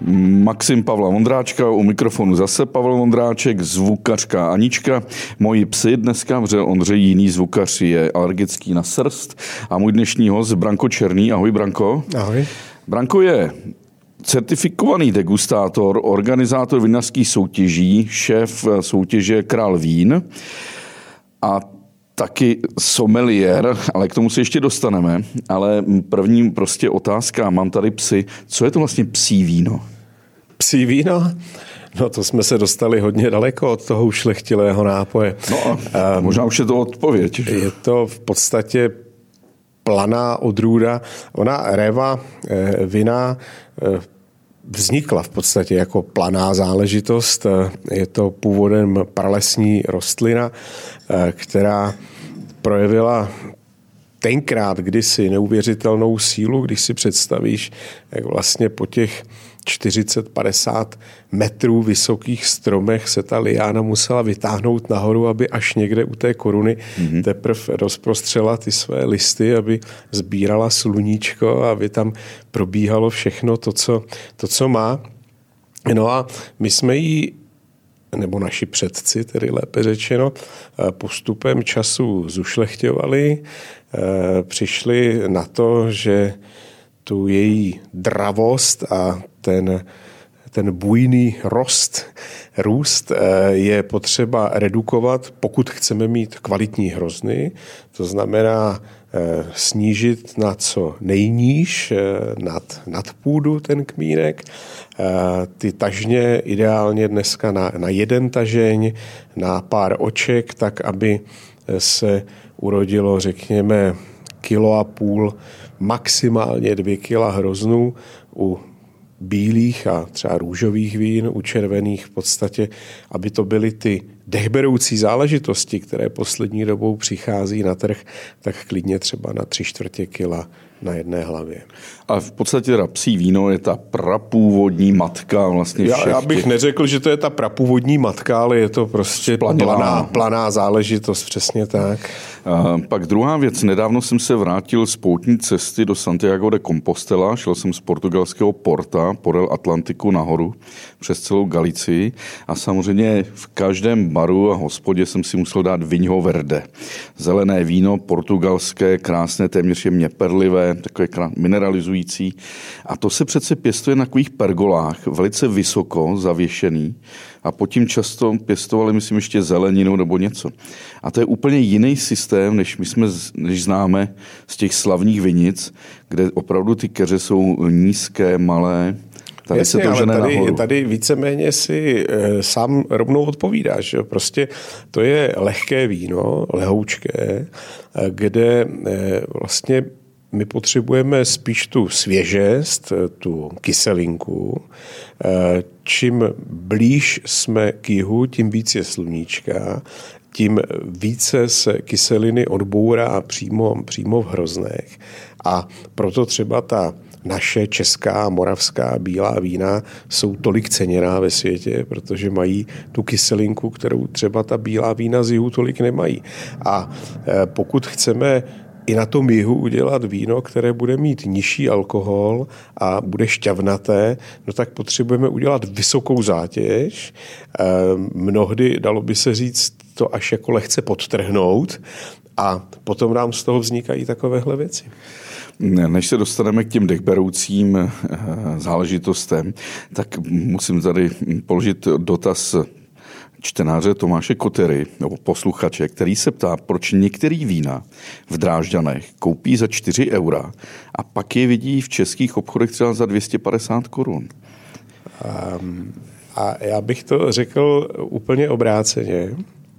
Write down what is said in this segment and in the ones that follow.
Maxim Pavla Vondráčka, u mikrofonu zase Pavel Vondráček, zvukařka Anička. Moji psy dneska, protože Ondřej, jiný zvukař, je alergický na srst. A můj dnešní host Branko Černý. Ahoj, Branko. Ahoj. Branko je certifikovaný degustátor, organizátor vinařských soutěží, šéf soutěže Král vín a taky sommelier, ale k tomu se ještě dostaneme. Ale první prostě otázka, mám tady psy. Co je to vlastně psí víno? Psí víno? No to jsme se dostali hodně daleko od toho ušlechtilého nápoje. No a možná už je to odpověď. Je to v podstatě planá odrůda. Ona réva vina vznikla v podstatě jako planá záležitost. Je to původem pralesní rostlina, která projevila tenkrát kdysi neuvěřitelnou sílu, když si představíš, jak vlastně po těch 40-50 metrů vysokých stromech se ta liána musela vytáhnout nahoru, aby až někde u té koruny teprve rozprostřela ty své listy, aby sbírala sluníčko, aby tam probíhalo všechno to, co má. No a my jsme jí, nebo naši předci, tedy lépe řečeno, postupem času zušlechťovali, přišli na to, že tu její dravost a ten bujný růst je potřeba redukovat, pokud chceme mít kvalitní hrozny. To znamená snížit na co nejníž, nad půdu ten kmínek. Ty tažně ideálně dneska na jeden tažeň, na pár oček, tak aby se urodilo, řekněme, 1,5 kg, maximálně 2 kg hroznů. U bílých a třeba růžových vín, u červených v podstatě, aby to byly ty dechberoucí záležitosti, které poslední dobou přichází na trh, tak klidně třeba na 3/4 kila na jedné hlavě. A v podstatě teda psí víno je ta prapůvodní matka vlastně všech. Já bych neřekl, že to je ta prapůvodní matka, ale je to prostě planá záležitost, přesně tak. A pak druhá věc. Nedávno jsem se vrátil z poutní cesty do Santiago de Compostela. Šel jsem z portugalského Porta podél Atlantiku nahoru přes celou Galicii a samozřejmě v každém baru a hospodě jsem si musel dát Vinho Verde. Zelené víno, portugalské, krásné, téměř jemně perlivé, takové mineralizující. A to se přece pěstuje na takových pergolách, velice vysoko zavěšený a pod tím často pěstovali, myslím, ještě zeleninu nebo něco. A to je úplně jiný systém, než známe z těch slavných vinic, kde opravdu ty keře jsou nízké, malé. Tady jasně, se to žene nahoru. Tady víceméně si sám rovnou odpovídáš. Že? Prostě to je lehké víno, lehoučké, kde vlastně my potřebujeme spíš tu svěžest, tu kyselinku. Čím blíž jsme k jihu, tím víc je sluníčka, tím více se kyseliny odbourá přímo v hroznech. A proto třeba ta naše česká, moravská bílá vína jsou tolik ceněná ve světě, protože mají tu kyselinku, kterou třeba ta bílá vína z jihu tolik nemají. A pokud chceme i na tom jihu udělat víno, které bude mít nižší alkohol a bude šťavnaté, no tak potřebujeme udělat vysokou zátěž. Mnohdy, dalo by se říct, to až jako lehce podtrhnout a potom nám z toho vznikají takovéhle věci. Než se dostaneme k těm dechberoucím záležitostem, tak musím tady položit dotaz čtenáře Tomáše Kotery, nebo posluchače, který se ptá, proč některý vína v Drážďanech koupí za 4 € a pak je vidí v českých obchodech třeba za 250 korun. A já bych to řekl úplně obráceně.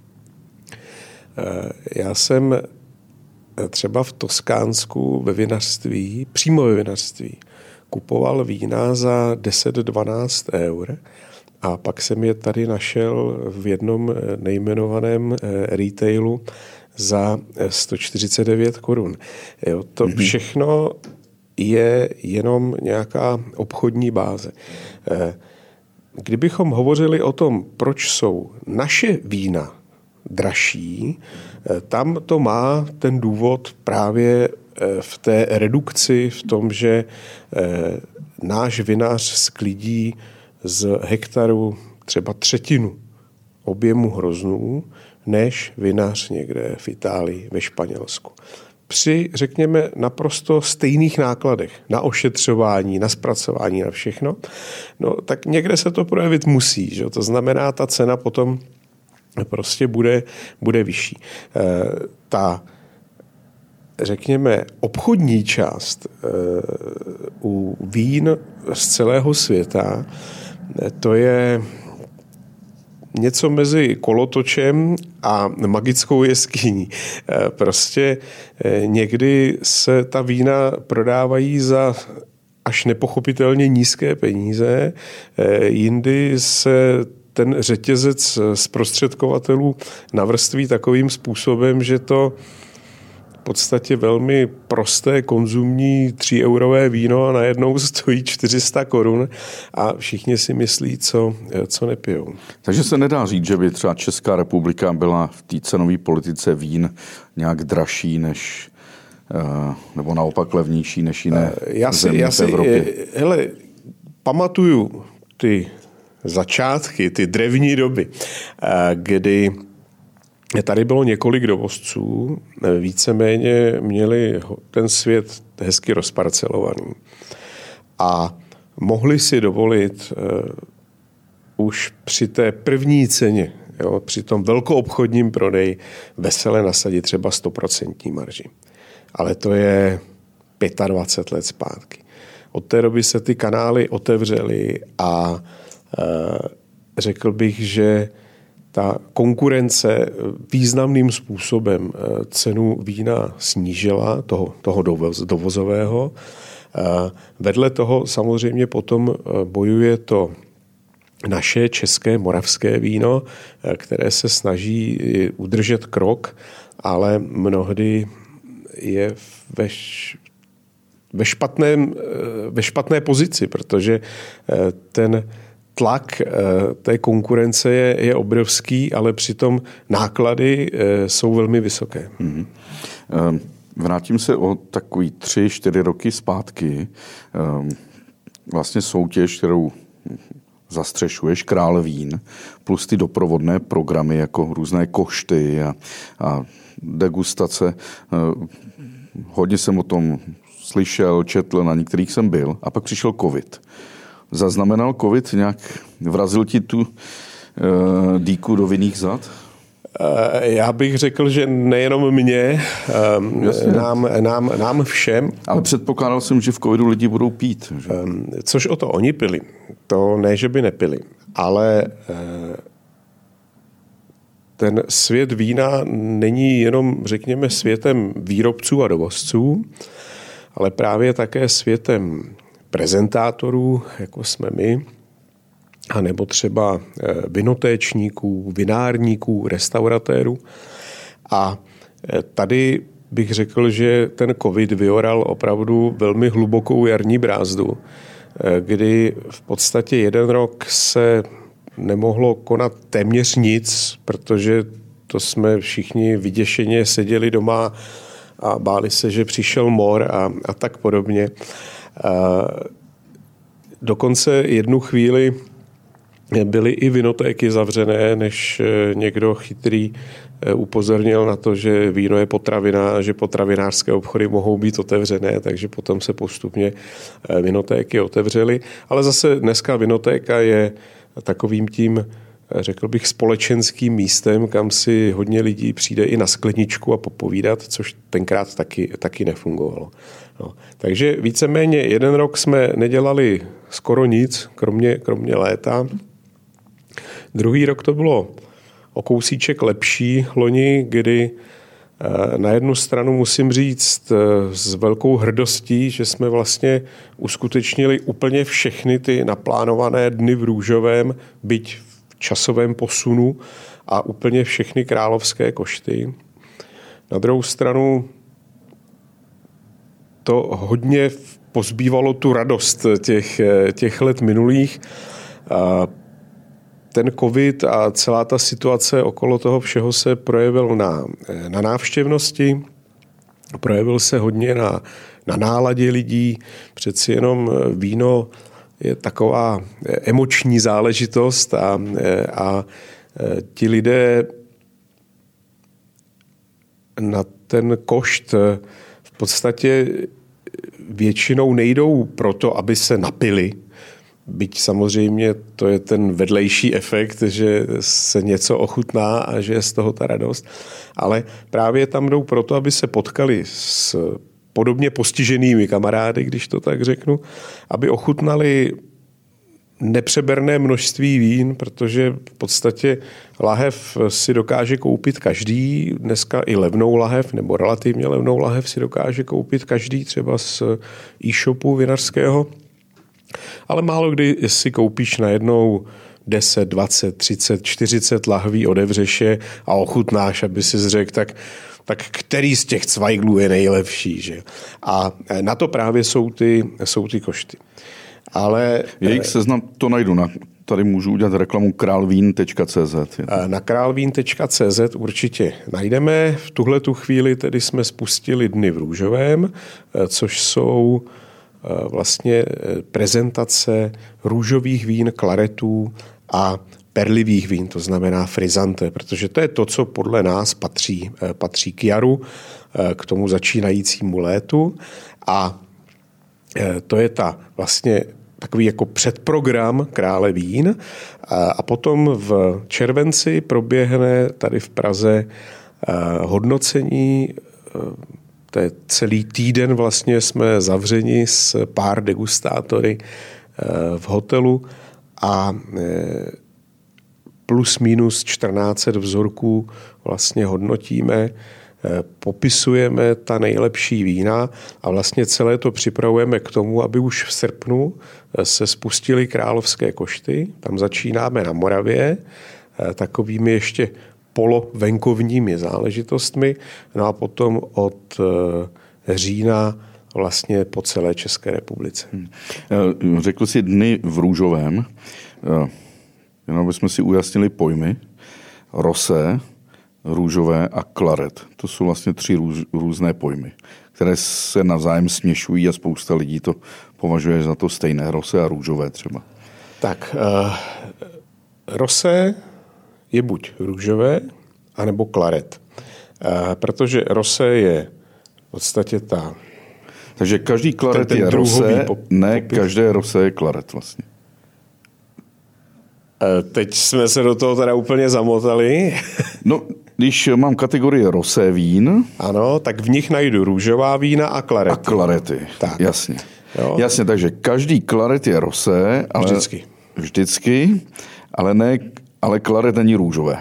Já jsem třeba v Toskánsku přímo ve vinařství, kupoval vína za 10-12 eur a pak jsem je tady našel v jednom nejmenovaném retailu za 149 korun. Jo, to všechno je jenom nějaká obchodní báze. Kdybychom hovořili o tom, proč jsou naše vína dražší, tam to má ten důvod právě v té redukci, v tom, že náš vinař sklidí z hektaru třeba 1/3 objemu hroznů, než vinař někde v Itálii, ve Španělsku. Při, řekněme, naprosto stejných nákladech na ošetřování, na zpracování, na všechno, no tak někde se to projevit musí. Že? To znamená, ta cena potom prostě bude vyšší. Ta, řekněme, obchodní část u vín z celého světa, to je něco mezi kolotočem a magickou jeskyní. Prostě někdy se ta vína prodávají za až nepochopitelně nízké peníze, jindy se ten řetězec zprostředkovatelů navrství takovým způsobem, že to v podstatě velmi prosté konzumní 3-eurové víno a najednou stojí 400 korun a všichni si myslí, co nepijou. Takže se nedá říct, že by třeba Česká republika byla v té cenové politice vín nějak dražší než, nebo naopak levnější než jiné země v Evropě. Hele, pamatuju ty začátky, ty drevní doby, kdy tady bylo několik dovozců, víceméně měli ten svět hezky rozparcelovaný a mohli si dovolit už při té první ceně, jo, při tom velkoobchodním prodeji vesele nasadit třeba 100% marži. Ale to je 25 let zpátky. Od té doby se ty kanály otevřely a řekl bych, že ta konkurence významným způsobem cenu vína snížila, toho dovozového. Vedle toho samozřejmě potom bojuje to naše české moravské víno, které se snaží udržet krok, ale mnohdy je ve špatné pozici, protože ten tlak té konkurence je obrovský, ale přitom náklady jsou velmi vysoké. Mm-hmm. Vrátím se o takový 3-4 roky zpátky. Vlastně soutěž, kterou zastřešuješ, Král vín, plus ty doprovodné programy jako různé košty a degustace. Hodně jsem o tom slyšel, četl, na některých jsem byl a pak přišel covid. Zaznamenal covid nějak, vrazil ti tu dýku do vinných zad? Já bych řekl, že nejenom mě, nám všem. Ale předpokládal jsem, že v covidu lidi budou pít. Že? Což o to oni pili. To ne, že by nepili. Ale ten svět vína není jenom, řekněme, světem výrobců a dovozců, ale právě také světem prezentátorů, jako jsme my, a nebo třeba vinotéčníků, vinárníků, restauratérů. A tady bych řekl, že ten covid vyoral opravdu velmi hlubokou jarní brázdu, kdy v podstatě 1 rok se nemohlo konat téměř nic, protože to jsme všichni vyděšeně seděli doma a báli se, že přišel mor a tak podobně. Dokonce jednu chvíli byly i vinotéky zavřené, než někdo chytrý upozornil na to, že víno je potravina a že potravinářské obchody mohou být otevřené, takže potom se postupně vinotéky otevřely. Ale zase dneska vinotéka je takovým tím, řekl bych, společenským místem, kam si hodně lidí přijde i na skleničku a popovídat, což tenkrát taky nefungovalo. No. Takže víceméně 1 rok jsme nedělali skoro nic, kromě léta. 2. rok to bylo o kousíček lepší loni, kdy na jednu stranu musím říct s velkou hrdostí, že jsme vlastně uskutečnili úplně všechny ty naplánované dny v růžovém, byť v časovém posunu a úplně všechny královské košty. Na druhou stranu to hodně pozbývalo tu radost těch let minulých. Ten covid a celá ta situace okolo toho všeho se projevil na návštěvnosti. projevil se hodně na náladě lidí. Přeci jenom víno je taková emoční záležitost a ti lidé na ten košt v podstatě většinou nejdou proto, aby se napili. Byť samozřejmě to je ten vedlejší efekt, že se něco ochutná a že je z toho ta radost. Ale právě tam jdou proto, aby se potkali s podobně postiženými kamarády, když to tak řeknu, aby ochutnali nepřeberné množství vín, protože v podstatě lahev si dokáže koupit každý, dneska i levnou lahev, nebo relativně levnou lahev si dokáže koupit každý, třeba z e-shopu vinařského, ale málo kdy si koupíš najednou 10, 20, 30, 40 lahví, otevřeš je a ochutnáš, aby si řekl, tak který z těch cvajglů je nejlepší. Že? A na to právě jsou ty košty. Ale jejich seznam to najdu. Tady můžu udělat reklamu králvín.cz. Na králvín.cz určitě najdeme. V tuhletu chvíli tedy jsme spustili Dny v růžovém, což jsou vlastně prezentace růžových vín, klaretů a perlivých vín, to znamená frizante, protože to je to, co podle nás patří k jaru, k tomu začínajícímu létu a to je vlastně takový jako předprogram Krále vín a potom v červenci proběhne tady v Praze hodnocení. To je celý týden vlastně jsme zavřeni s pár degustátory v hotelu a plus minus 1400 vzorků vlastně hodnotíme, popisujeme ta nejlepší vína a vlastně celé to připravujeme k tomu, aby už v srpnu se spustily královské košty. Tam začínáme na Moravě takovými ještě polovenkovními záležitostmi, no a potom od října vlastně po celé České republice. Řekl jsi Dny v růžovém, jenom bychom si ujasnili pojmy. Rosé, růžové a klaret. To jsou vlastně 3 různé pojmy, které se navzájem směšují a spousta lidí to považuje za to stejné. Rosé a růžové třeba. Tak, rosé je buď růžové, anebo klaret. Protože rosé je v podstatě ta... Takže každý klaret je rosé, každé rosé je klaret vlastně. Teď jsme se do toho teda úplně zamotali. No, když mám kategorii rosé vín... Ano, tak v nich najdu růžová vína a klarety. A klarety, tak. Jasně. Jo. Jasně, takže každý klaret je rosé, ale... Vždycky, ale klaret není růžové.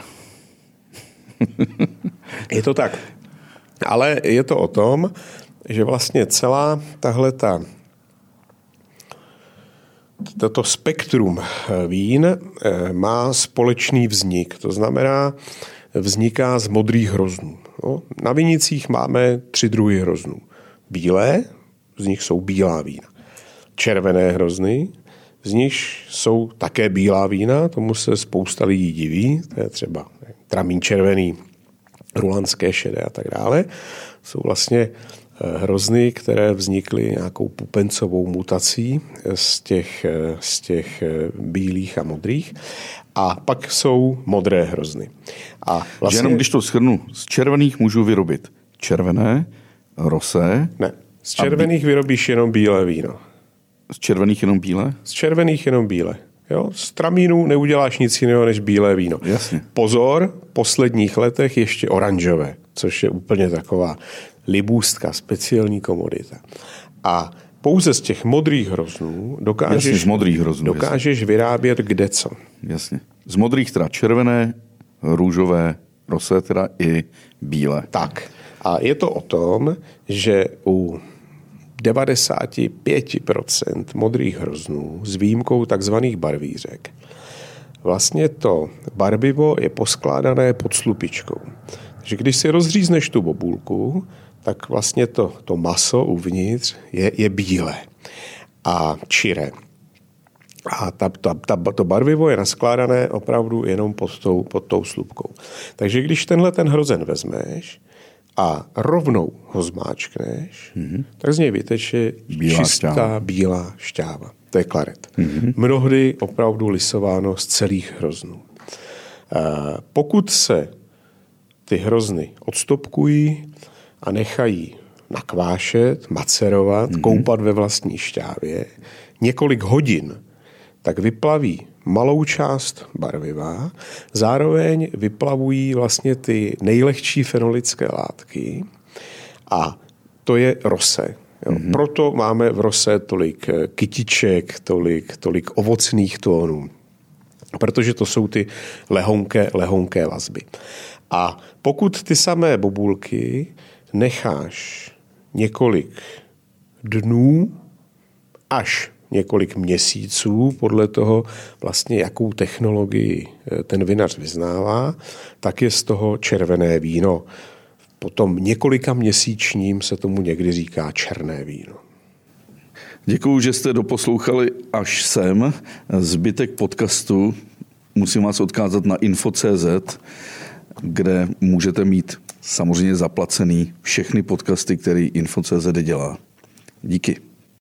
Je to tak. Ale je to o tom, že vlastně celá toto spektrum vín má společný vznik. To znamená, vzniká z modrých hroznů. Na vinicích máme 3 druhy hroznů. Bílé, z nich jsou bílá vína. Červené hrozny, z nich jsou také bílá vína, tomu se spousta lidí diví, to je třeba tramín červený, rulandské šedé a tak dále. Jsou vlastně hrozny, které vznikly nějakou pupencovou mutací z těch bílých a modrých. A pak jsou modré hrozny. A vlastně... Jenom když to shrnu, z červených můžu vyrobit červené, rosé... Ne, z červených vyrobíš jenom bílé víno. Z červených jenom bílé? Z červených jenom bílé. Jo? Z tramínu neuděláš nic jiného než bílé víno. Jasně. Pozor, v posledních letech ještě oranžové, což je úplně taková libůstka, speciální komodita. A pouze z těch modrých hroznů dokážeš vyrábět kdeco. Jasně. Z modrých teda červené, růžové, rosé teda i bílé. Tak. A je to o tom, že u 95% modrých hroznů s výjimkou takzvaných barvířek vlastně to barvivo je poskládané pod slupičkou. Takže když si rozřízneš tu bobulku, tak vlastně to maso uvnitř je bílé a čiré. A to barvivo je naskládané opravdu jenom pod tou slupkou. Takže když ten hrozen vezmeš a rovnou ho zmáčkneš, tak z něj vyteče čistá bílá šťáva. To je klaret. Mnohdy opravdu lisováno z celých hroznů. Pokud se ty hrozny odstopkují a nechají nakvášet, macerovat, koupat ve vlastní šťávě, několik hodin, tak vyplaví malou část barviva, zároveň vyplavují vlastně ty nejlehčí fenolické látky a to je rose. Proto máme v rose tolik kytiček, tolik ovocných tónů, protože to jsou ty lehonké vazby. A pokud ty samé bobulky necháš několik dnů až několik měsíců, podle toho vlastně jakou technologii ten vinař vyznává, tak je z toho červené víno. Potom několika měsíčním se tomu někdy říká černé víno. Děkuju, že jste doposlouchali až sem. Zbytek podcastu musím vás odkázat na info.cz, kde můžete mít samozřejmě zaplacený všechny podcasty, který info.cz dělá. Díky.